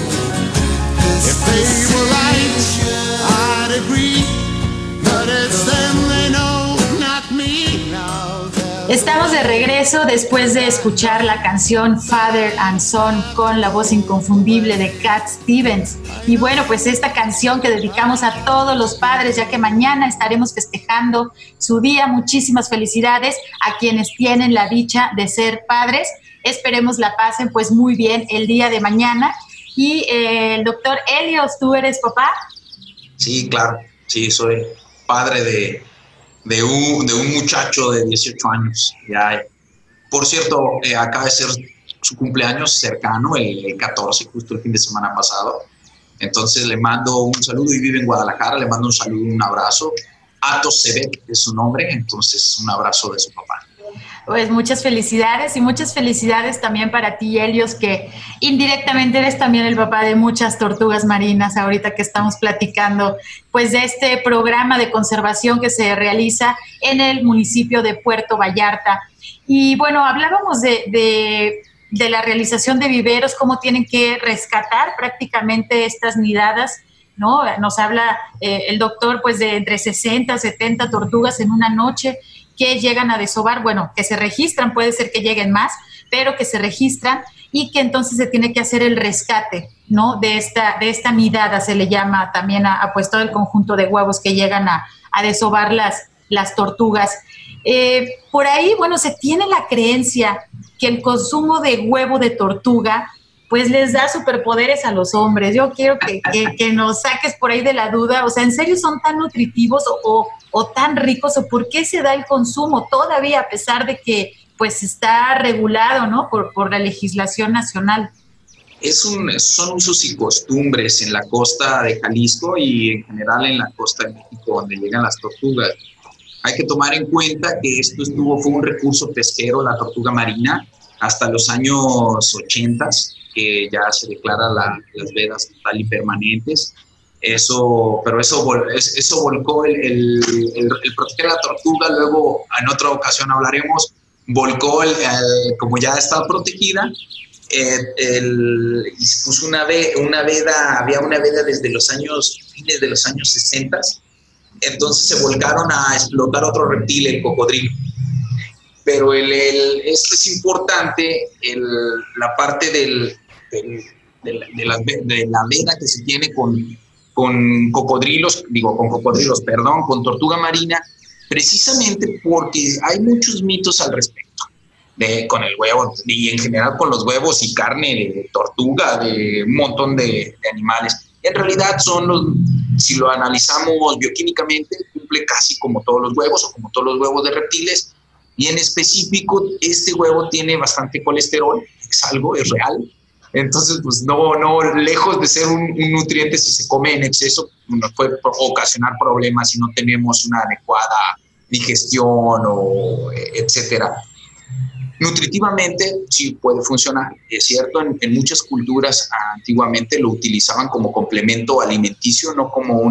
If they were right, I'd agree, but it's them they know, not me. Now estamos de regreso después de escuchar la canción Father and Son con la voz inconfundible de Cat Stevens. Y bueno, pues esta canción que dedicamos a todos los padres, ya que mañana estaremos festejando su día. Muchísimas felicidades a quienes tienen la dicha de ser padres. Esperemos la pasen pues muy bien el día de mañana. Y el doctor Helios, ¿tú eres papá? Sí, claro. Sí, soy padre de un muchacho de 18 años. Ya, por cierto, acaba de ser su cumpleaños cercano, el 14, justo el fin de semana pasado. Entonces le mando un saludo, y vive en Guadalajara, le mando un saludo, un abrazo. Atos Sebek es su nombre, entonces un abrazo de su papá. Pues muchas felicidades, y muchas felicidades también para ti, Helios, que indirectamente eres también el papá de muchas tortugas marinas, ahorita que estamos platicando pues de este programa de conservación que se realiza en el municipio de Puerto Vallarta. Y bueno, hablábamos de la realización de viveros, cómo tienen que rescatar prácticamente estas nidadas, ¿no? Nos habla el doctor pues de entre 60 a 70 tortugas en una noche que llegan a desovar, bueno, que se registran, puede ser que lleguen más, pero que se registran y que entonces se tiene que hacer el rescate, ¿no? De esta nidada, se le llama también a pues todo el conjunto de huevos que llegan a desovar las tortugas. Por ahí, bueno, se tiene la creencia que el consumo de huevo de tortuga pues les da superpoderes a los hombres. Yo quiero que nos saques por ahí de la duda, o sea, ¿en serio son tan nutritivos o tan ricos, o por qué se da el consumo todavía a pesar de que pues está regulado, ¿no? por la legislación nacional? Son usos y costumbres en la costa de Jalisco y en general en la costa de México, donde llegan las tortugas. Hay que tomar en cuenta que fue un recurso pesquero, la tortuga marina, hasta los años 80, que ya se declara las vedas total y permanentes. Pero eso volcó el proteger la tortuga. Luego, en otra ocasión hablaremos, volcó como ya está protegida, y se puso una veda, había una veda desde fines de los años 60. Entonces se volcaron a explotar otro reptil, el cocodrilo. Pero esto es importante, la parte de la veda que se tiene con con tortuga marina, precisamente porque hay muchos mitos al respecto. Con el huevo y en general con los huevos y carne de tortuga, de un montón de animales. En realidad si lo analizamos bioquímicamente, cumple casi como todos los huevos o como todos los huevos de reptiles, y en específico este huevo tiene bastante colesterol, es real. Entonces, pues no, lejos de ser un nutriente, si se come en exceso, nos puede ocasionar problemas si no tenemos una adecuada digestión o etcétera. Nutritivamente sí puede funcionar, es cierto, en muchas culturas antiguamente lo utilizaban como complemento alimenticio, no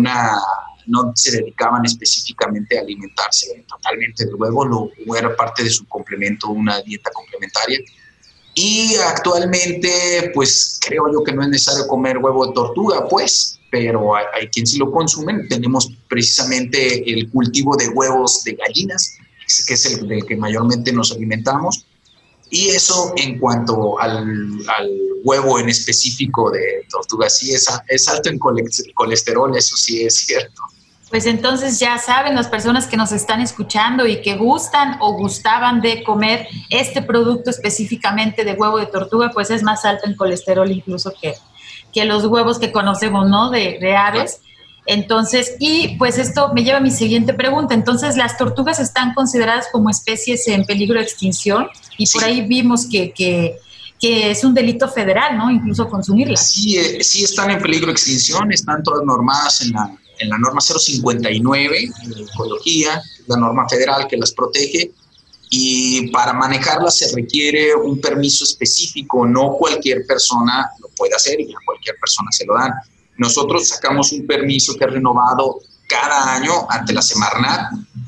se dedicaban específicamente a alimentarse totalmente del huevo, era parte de su complemento, una dieta complementaria. Y actualmente, pues creo yo que no es necesario comer huevo de tortuga, pues, pero hay quien sí lo consumen. Tenemos precisamente el cultivo de huevos de gallinas, que es el del que mayormente nos alimentamos. Y eso en cuanto al huevo en específico de tortuga, sí es alto en colesterol, eso sí es cierto. Pues entonces ya saben, las personas que nos están escuchando y que gustan o gustaban de comer este producto específicamente de huevo de tortuga, pues es más alto en colesterol incluso que los huevos que conocemos, ¿no? De aves. Entonces, y pues esto me lleva a mi siguiente pregunta. Entonces, ¿las tortugas están consideradas como especies en peligro de extinción? Y sí, por ahí vimos que es un delito federal, ¿no? Incluso consumirlas. Sí, sí están en peligro de extinción, están todas normadas en la norma 059 de ecología, la norma federal que las protege, y para manejarlas se requiere un permiso específico, no cualquier persona lo puede hacer y a cualquier persona se lo dan. Nosotros sacamos un permiso que es renovado cada año ante la Semarnat,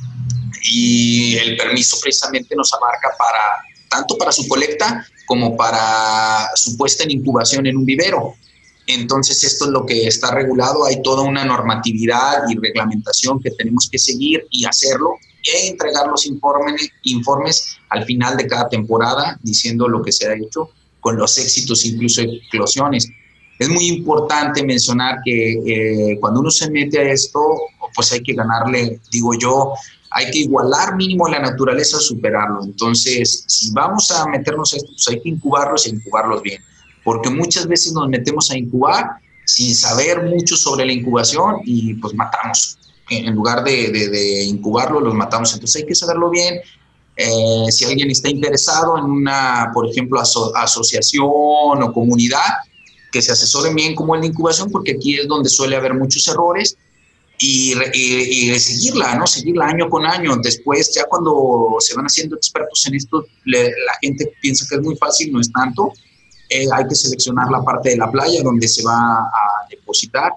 y el permiso precisamente nos abarca tanto para su colecta como para su puesta en incubación en un vivero. Entonces esto es lo que está regulado, hay toda una normatividad y reglamentación que tenemos que seguir y hacerlo, e entregar los informes al final de cada temporada diciendo lo que se ha hecho, con los éxitos, incluso eclosiones. Es muy importante mencionar que cuando uno se mete a esto, pues hay que ganarle, digo yo, hay que igualar mínimo la naturaleza, superarlo. Entonces, si vamos a meternos a esto, pues hay que incubarlos y incubarlos bien, porque muchas veces nos metemos a incubar sin saber mucho sobre la incubación y pues matamos. En lugar de incubarlo, los matamos. Entonces hay que saberlo bien. Si alguien está interesado en una, por ejemplo, asociación o comunidad, que se asesoren bien cómo es la incubación, porque aquí es donde suele haber muchos errores, y seguirla, ¿no? Seguirla año con año. Después, ya cuando se van haciendo expertos en esto, la gente piensa que es muy fácil, no es tanto. Hay que seleccionar la parte de la playa donde se va a depositar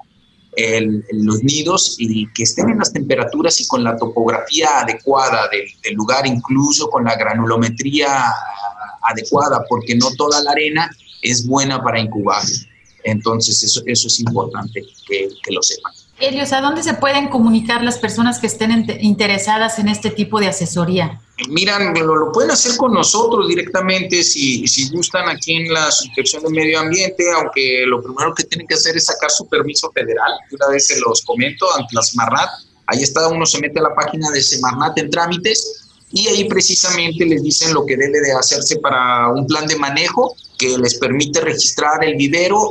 los nidos, y que estén en las temperaturas y con la topografía adecuada del lugar, incluso con la granulometría adecuada, porque no toda la arena es buena para incubar. Entonces eso es importante que lo sepan. Helios, ¿a dónde se pueden comunicar las personas que estén interesadas en este tipo de asesoría? Miran, lo pueden hacer con nosotros directamente si gustan, aquí en la Subdirección de Medio Ambiente, aunque lo primero que tienen que hacer es sacar su permiso federal. Una vez se los comento ante la Semarnat. Ahí está, uno se mete a la página de Semarnat en trámites, y ahí precisamente les dicen lo que debe de hacerse para un plan de manejo que les permite registrar el vivero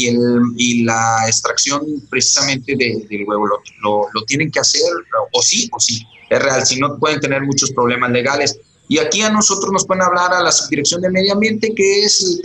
y la extracción precisamente del huevo. Lo tienen que hacer o sí, es real, si no pueden tener muchos problemas legales. Y aquí a nosotros nos pueden hablar a la Subdirección de Medio Ambiente, que es el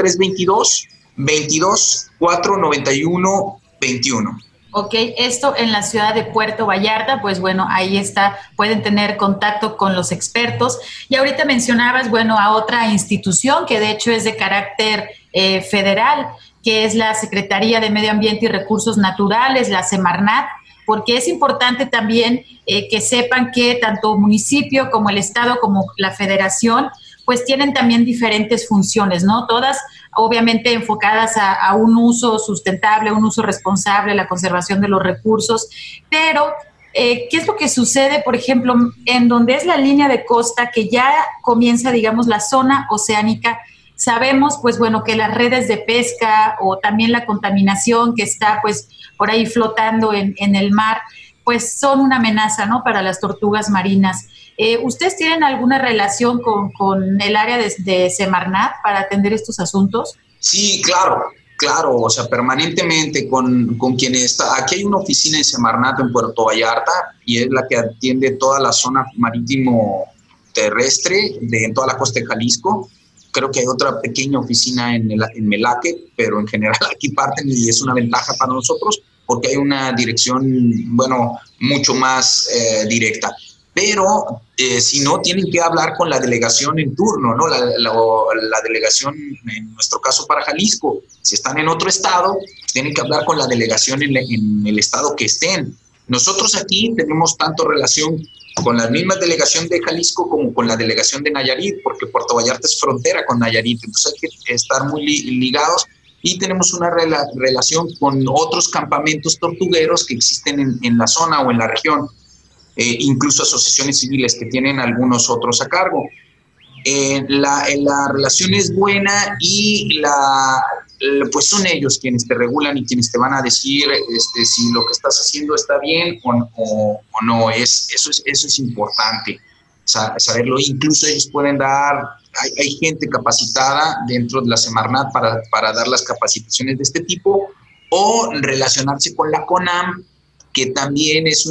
322-491-21. Ok, esto en la ciudad de Puerto Vallarta, pues bueno, ahí está, pueden tener contacto con los expertos. Y ahorita mencionabas, bueno, a otra institución que de hecho es de carácter federal, que es la Secretaría de Medio Ambiente y Recursos Naturales, la Semarnat, porque es importante también que sepan que tanto municipio como el estado como la federación pues tienen también diferentes funciones, ¿no? Todas obviamente enfocadas a un uso sustentable, un uso responsable, la conservación de los recursos, pero ¿qué es lo que sucede, por ejemplo, en donde es la línea de costa que ya comienza, digamos, la zona oceánica? Sabemos, pues bueno, que las redes de pesca o también la contaminación que está pues por ahí flotando en el mar, pues son una amenaza, ¿no?, para las tortugas marinas. ¿Ustedes tienen alguna relación con el área de Semarnat para atender estos asuntos? Sí, claro, o sea, permanentemente con quienes está. Aquí hay una oficina en Semarnat en Puerto Vallarta y es la que atiende toda la zona marítimo terrestre en toda la costa de Jalisco. Creo que hay otra pequeña oficina en Melaque, pero en general aquí parten y es una ventaja para nosotros porque hay una dirección, bueno, mucho más directa. Pero si no, tienen que hablar con la delegación en turno, ¿no? La delegación, en nuestro caso para Jalisco. Si están en otro estado, pues tienen que hablar con la delegación en el estado que estén. Nosotros aquí tenemos tanto relación con la misma delegación de Jalisco como con la delegación de Nayarit, porque Puerto Vallarta es frontera con Nayarit, entonces hay que estar muy ligados. Y tenemos una relación con otros campamentos tortugueros que existen en la zona o en la región. Incluso asociaciones civiles que tienen algunos otros a cargo. La relación es buena y pues son ellos quienes te regulan y quienes te van a decir si lo que estás haciendo está bien o no. Eso es importante, saberlo. Incluso ellos pueden dar, hay gente capacitada dentro de la Semarnat para dar las capacitaciones de este tipo o relacionarse con la CONAM, que también es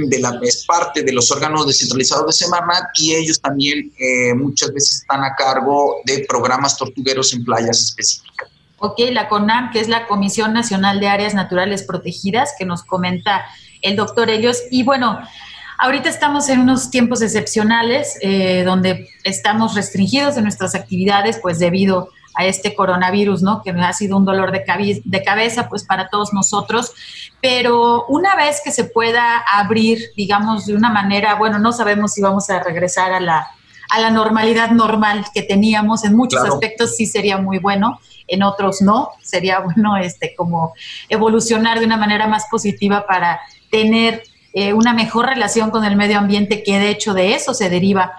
parte de los órganos descentralizados de Semarnat y ellos también muchas veces están a cargo de programas tortugueros en playas específicas. Ok, la CONAM, que es la Comisión Nacional de Áreas Naturales Protegidas, que nos comenta el doctor Helios. Y bueno, ahorita estamos en unos tiempos excepcionales donde estamos restringidos de nuestras actividades pues debido a este coronavirus, ¿no?, que ha sido un dolor de cabeza pues para todos nosotros, pero una vez que se pueda abrir, digamos, de una manera, bueno, no sabemos si vamos a regresar a la normalidad normal que teníamos, en muchos aspectos sí sería muy bueno, en otros no, sería bueno como evolucionar de una manera más positiva para tener una mejor relación con el medio ambiente, que de hecho de eso se deriva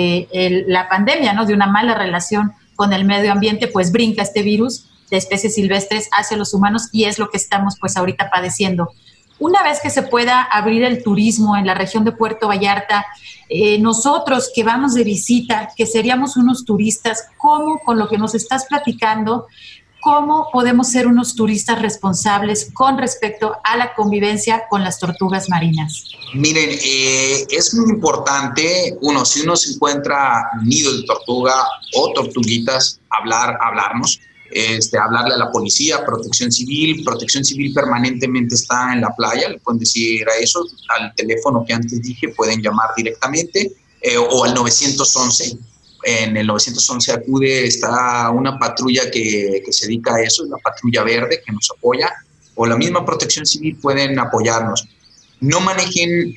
la pandemia, ¿no?, de una mala relación con el medio ambiente, pues brinca este virus de especies silvestres hacia los humanos y es lo que estamos pues ahorita padeciendo. Una vez que se pueda abrir el turismo en la región de Puerto Vallarta, nosotros que vamos de visita, que seríamos unos turistas, ¿cómo, con lo que nos estás platicando, cómo podemos ser unos turistas responsables con respecto a la convivencia con las tortugas marinas? Miren, es muy importante, si uno se encuentra nidos de tortuga o tortuguitas, hablarnos, hablarle a la policía, Protección Civil permanentemente está en la playa, le pueden decir a eso, al teléfono que antes dije, pueden llamar directamente o al 911. En el 911 está una patrulla que se dedica a eso, la patrulla verde que nos apoya, o la misma Protección Civil pueden apoyarnos. No manejen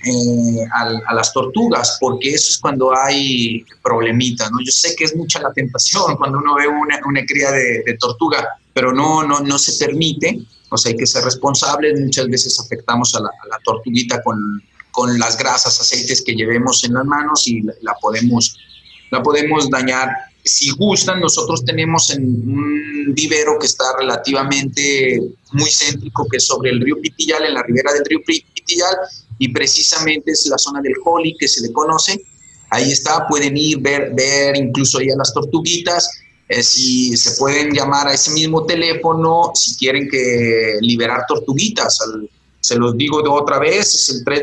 a las tortugas, porque eso es cuando hay problemitas, ¿no? Yo sé que es mucha la tentación cuando uno ve una cría de tortuga, pero no se permite, o sea, hay que ser responsables. Muchas veces afectamos a la tortuguita con las grasas, aceites que llevemos en las manos y la podemos dañar. Si gustan, nosotros tenemos un vivero que está relativamente muy céntrico, que es sobre el río Pitillal, en la ribera del río Pitillal, y precisamente es la zona del Joli que se le conoce. Ahí está, pueden ir, ver incluso ahí a las tortuguitas. Si se pueden llamar a ese mismo teléfono si quieren liberar tortuguitas. Se los digo de otra vez, es el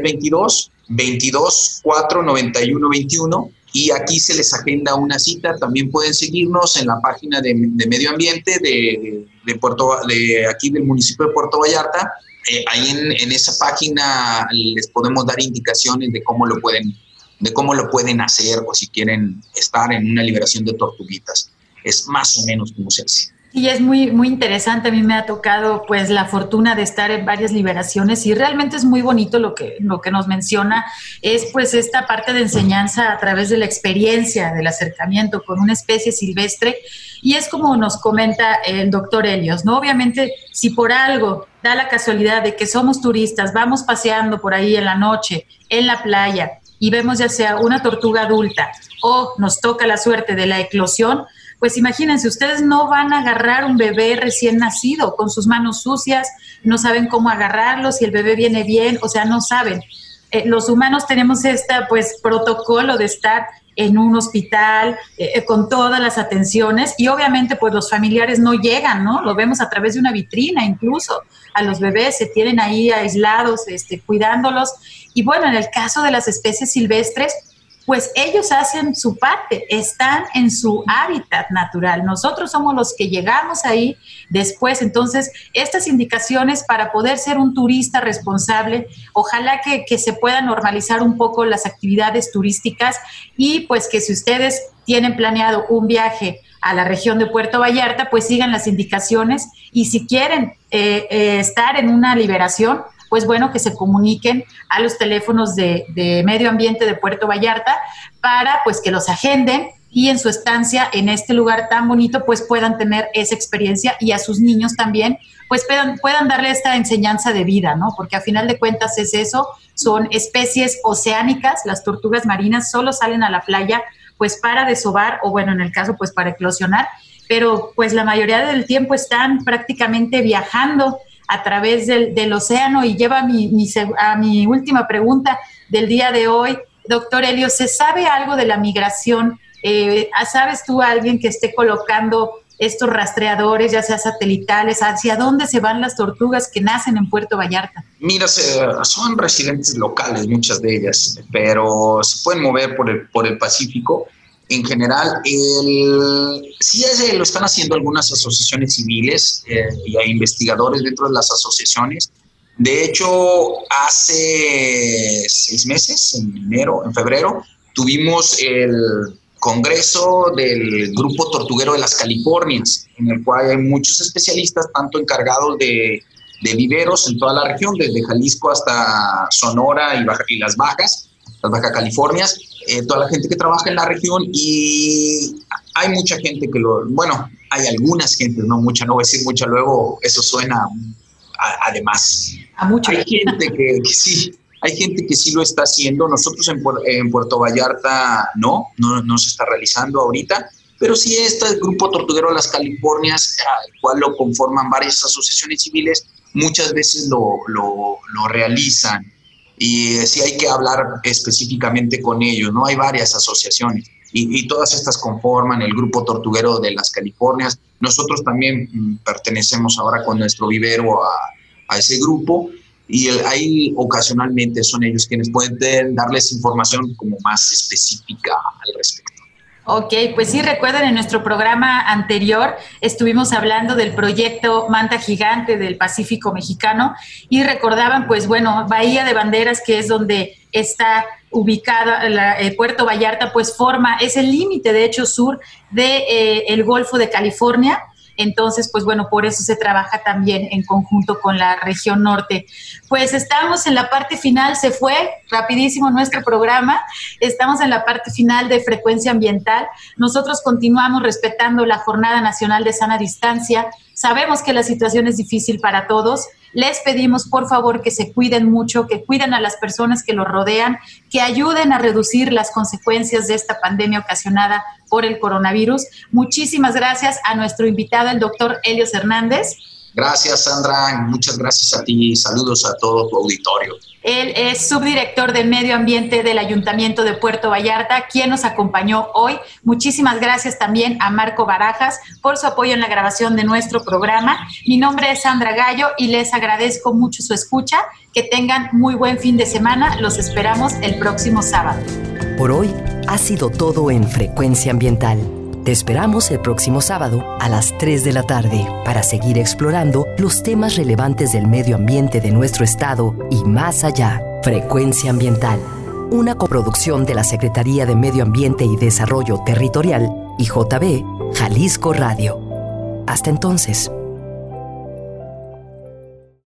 322-491-21. Y aquí se les agenda una cita. También pueden seguirnos en la página de Medio Ambiente de aquí del municipio de Puerto Vallarta. Ahí en esa página les podemos dar indicaciones de cómo lo pueden hacer, o si quieren estar en una liberación de tortuguitas. Es más o menos como se hace. Y es muy, muy interesante. A mí me ha tocado pues la fortuna de estar en varias liberaciones y realmente es muy bonito lo que nos menciona. Es pues esta parte de enseñanza a través de la experiencia, del acercamiento con una especie silvestre. Y es como nos comenta el doctor Helios, ¿no? Obviamente, si por algo da la casualidad de que somos turistas, vamos paseando por ahí en la noche, en la playa, y vemos ya sea una tortuga adulta o nos toca la suerte de la eclosión, pues imagínense, ustedes no van a agarrar un bebé recién nacido con sus manos sucias, no saben cómo agarrarlo, si el bebé viene bien, o sea, no saben. Los humanos tenemos protocolo de estar en un hospital con todas las atenciones y obviamente pues los familiares no llegan, ¿no? Lo vemos a través de una vitrina incluso. A los bebés se tienen ahí aislados, cuidándolos. Y bueno, en el caso de las especies silvestres, pues ellos hacen su parte, están en su hábitat natural. Nosotros somos los que llegamos ahí después. Entonces, estas indicaciones para poder ser un turista responsable, ojalá que se puedan normalizar un poco las actividades turísticas y pues que si ustedes tienen planeado un viaje a la región de Puerto Vallarta, pues sigan las indicaciones y si quieren estar en una liberación, pues bueno, que se comuniquen a los teléfonos de Medio Ambiente de Puerto Vallarta para pues que los agenden y en su estancia en este lugar tan bonito pues puedan tener esa experiencia y a sus niños también pues puedan darle esta enseñanza de vida, ¿no? Porque a final de cuentas es eso, son especies oceánicas, las tortugas marinas solo salen a la playa pues para desovar o bueno, en el caso pues para eclosionar, pero pues la mayoría del tiempo están prácticamente viajando a través del océano y lleva a mi última pregunta del día de hoy. Doctor Helio, ¿se sabe algo de la migración? ¿Sabes tú a alguien que esté colocando estos rastreadores, ya sea satelitales? ¿Hacia dónde se van las tortugas que nacen en Puerto Vallarta? Mira, son residentes locales, muchas de ellas, pero se pueden mover por el Pacífico. En general, sí lo están haciendo algunas asociaciones civiles y hay investigadores dentro de las asociaciones. De hecho, hace 6 meses, en febrero, tuvimos el congreso del Grupo Tortuguero de las Californias, en el cual hay muchos especialistas, tanto encargados de viveros en toda la región, desde Jalisco hasta Sonora y las Baja Californias, toda la gente que trabaja en la región y hay mucha gente hay algunas gentes, no mucha, no voy a decir mucha, luego eso suena además. A mucha. Hay gente que sí lo está haciendo. Nosotros en Puerto Vallarta no se está realizando ahorita, pero sí el Grupo Tortuguero de las Californias, el cual lo conforman varias asociaciones civiles, muchas veces lo realizan. Y sí hay que hablar específicamente con ellos, ¿no? Hay varias asociaciones y todas estas conforman el Grupo Tortuguero de las Californias. Nosotros también pertenecemos ahora con nuestro vivero a ese grupo y ahí ocasionalmente son ellos quienes pueden darles información como más específica al respecto. Ok, pues sí, recuerden, en nuestro programa anterior estuvimos hablando del proyecto Manta Gigante del Pacífico Mexicano y recordaban, pues bueno, Bahía de Banderas, que es donde está ubicada Puerto Vallarta, pues es el límite, de hecho, sur del Golfo de California. Entonces, pues bueno, por eso se trabaja también en conjunto con la región norte. Pues estamos en la parte final, se fue rapidísimo nuestro programa, estamos en la parte final de Frecuencia Ambiental. Nosotros continuamos respetando la Jornada Nacional de Sana Distancia. Sabemos que la situación es difícil para todos. Les pedimos, por favor, que se cuiden mucho, que cuiden a las personas que los rodean, que ayuden a reducir las consecuencias de esta pandemia ocasionada por el coronavirus. Muchísimas gracias a nuestro invitado, el doctor Helios Hernández. Gracias, Sandra. Muchas gracias a ti. Saludos a todo tu auditorio. Él es subdirector de Medio Ambiente del Ayuntamiento de Puerto Vallarta, quien nos acompañó hoy. Muchísimas gracias también a Marco Barajas por su apoyo en la grabación de nuestro programa. Mi nombre es Sandra Gallo y les agradezco mucho su escucha. Que tengan muy buen fin de semana. Los esperamos el próximo sábado. Por hoy ha sido todo en Frecuencia Ambiental. Te esperamos el próximo sábado a las 3 de la tarde para seguir explorando los temas relevantes del medio ambiente de nuestro estado y más allá. Frecuencia Ambiental, una coproducción de la Secretaría de Medio Ambiente y Desarrollo Territorial y JB Jalisco Radio. Hasta entonces.